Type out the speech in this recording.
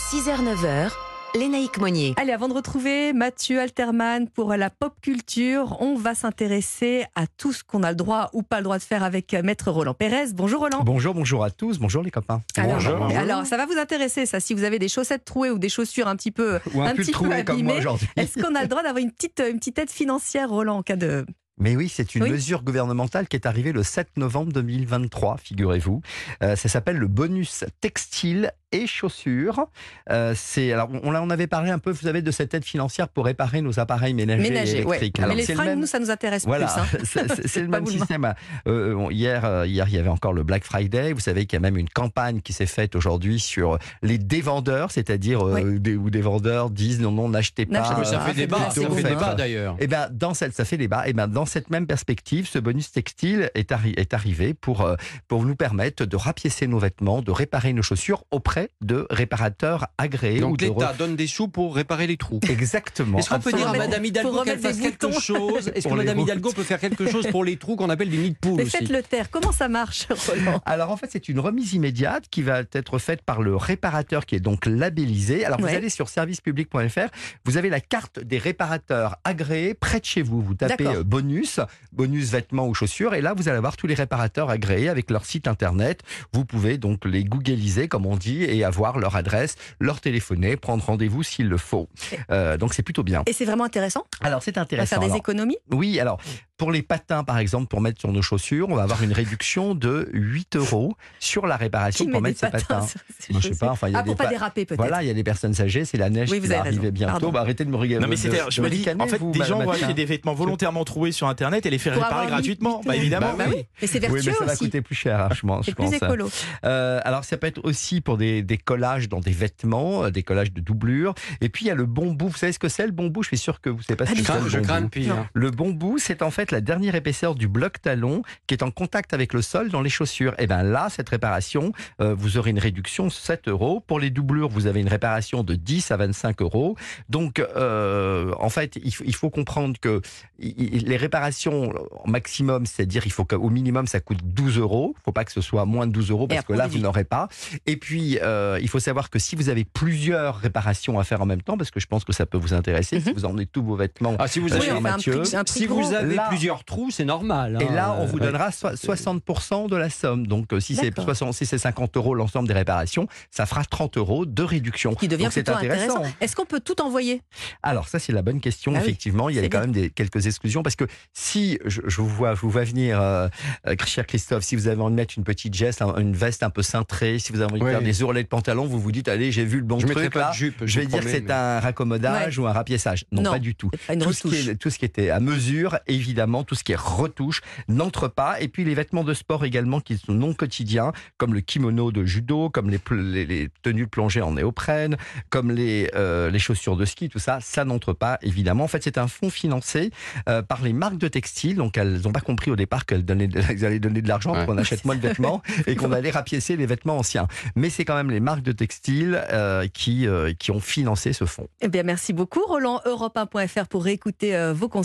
6h-9h, Lénaïque Monnier. Allez, avant de retrouver Mathieu Alterman pour la pop culture, on va s'intéresser à tout ce qu'on a le droit ou pas le droit de faire avec Maître Roland Pérez. Bonjour Roland. Bonjour à tous, bonjour les copains. Alors, ça va vous intéresser ça, si vous avez des chaussettes trouées ou des chaussures un petit peu trouées comme moi aujourd'hui. Est-ce qu'on a le droit d'avoir une petite aide financière, Roland, en cas de... Mais oui, c'est une mesure gouvernementale qui est arrivée le 7 novembre 2023, figurez-vous. Ça s'appelle le bonus textile et chaussures. Alors, on avait parlé un peu, vous savez, de cette aide financière pour réparer nos appareils ménagers et électriques. Ouais. Alors, mais les fringues, nous, ça nous intéresse plus. Hein. C'est le même système. Hier, il y avait encore le Black Friday. Vous savez qu'il y a même une campagne qui s'est faite aujourd'hui sur les dévendeurs, c'est-à-dire où des vendeurs disent non, n'achetez pas. Ça fait débat, d'ailleurs. Et ben, ça fait débat. Et ben, dans cette même perspective, ce bonus textile est arrivé pour nous permettre de rapiécer nos vêtements, de réparer nos chaussures auprès de réparateurs agréés. Donc l'État donne des sous pour réparer les trous. Exactement. Est-ce qu'on peut dire à Madame Hidalgo qu'elle fasse quelque chose? Est-ce que Madame Hidalgo peut faire quelque chose pour les trous qu'on appelle des nids de poules? Mais faites-le taire. Comment ça marche, Roland? Alors en fait, c'est une remise immédiate qui va être faite par le réparateur qui est donc labellisé. Alors vous allez sur servicepublic.fr, vous avez la carte des réparateurs agréés près de chez vous. Vous tapez bonus vêtements ou chaussures, et là vous allez avoir tous les réparateurs agréés avec leur site internet. Vous pouvez donc les googliser, comme on dit, et avoir leur adresse, leur téléphoner, prendre rendez-vous s'il le faut. Donc c'est plutôt bien. Et c'est vraiment intéressant? Alors c'est intéressant. On va faire des économies? Oui, alors pour les patins par exemple, pour mettre sur nos chaussures, on va avoir une réduction de 8 € sur la réparation pour mettre ces patins. Je sais pas, enfin, pour pas déraper peut-être. Voilà, il y a des personnes âgées, c'est la neige qui va arriver bientôt. Arrêtez de me regarder. Non mais je me dis, en fait, des gens vont acheter des vêtements volontairement troués sur Internet et les faire réparer gratuitement. Bah évidemment. Bah oui. Mais c'est vertueux aussi. Mais ça va coûter plus cher, je pense. C'est plus écolo. Alors ça peut être aussi pour des collages dans des vêtements, des collages de doublure. Et puis il y a le bon bout. Vous savez ce que c'est le bon bout? Je suis sûr que vous ne savez pas ce que c'est. Je crains pire. Le bon bout, c'est en fait la dernière épaisseur du bloc talon qui est en contact avec le sol dans les chaussures. Et bien là, cette réparation, vous aurez une réduction de 7 €. Pour les doublures, vous avez une réparation de 10 à 25 €. Donc en fait, il faut comprendre que les réparations maximum, c'est-à-dire il faut qu'au minimum ça coûte 12 €. Il ne faut pas que ce soit moins de 12 € parce que là, vous n'aurez pas. Et puis, il faut savoir que si vous avez plusieurs réparations à faire en même temps, parce que je pense que ça peut vous intéresser, si vous emmenez tous vos vêtements si vous avez, Mathieu, si vous avez plusieurs trous, c'est normal. Et là, on vous donnera 60% de la somme. Donc, si c'est 50 € l'ensemble des réparations, ça fera 30 € de réduction. Qui devient plutôt intéressant. Est-ce qu'on peut tout envoyer? Alors, ça, c'est la bonne question. Effectivement, il y a quand même quelques exclusions. Parce que si je vous vois venir, cher Christophe, si vous avez envie de mettre une petite veste un peu cintrée, si vous avez envie de faire des ourlets de pantalon, vous vous dites, allez, j'ai vu le bon truc là, je vais dire que c'est un raccommodage ou un rapiessage. Non, pas du tout. Tout ce qui était à mesure, évidemment, tout ce qui est retouche, n'entre pas. Et puis les vêtements de sport également qui sont non quotidiens, comme le kimono de judo, comme les tenues de plongée en néoprène, comme les chaussures de ski, tout ça, ça n'entre pas, évidemment. En fait, c'est un fonds financé par les marques de textiles. Donc, elles n'ont pas compris au départ qu'elles allaient donner de l'argent pour qu'on achète moins de vêtements et qu'on allait rapiécer les vêtements anciens. Mais c'est quand même les marques de textiles qui ont financé ce fonds. Eh bien, merci beaucoup, Roland. Europe1.fr pour réécouter vos conseils.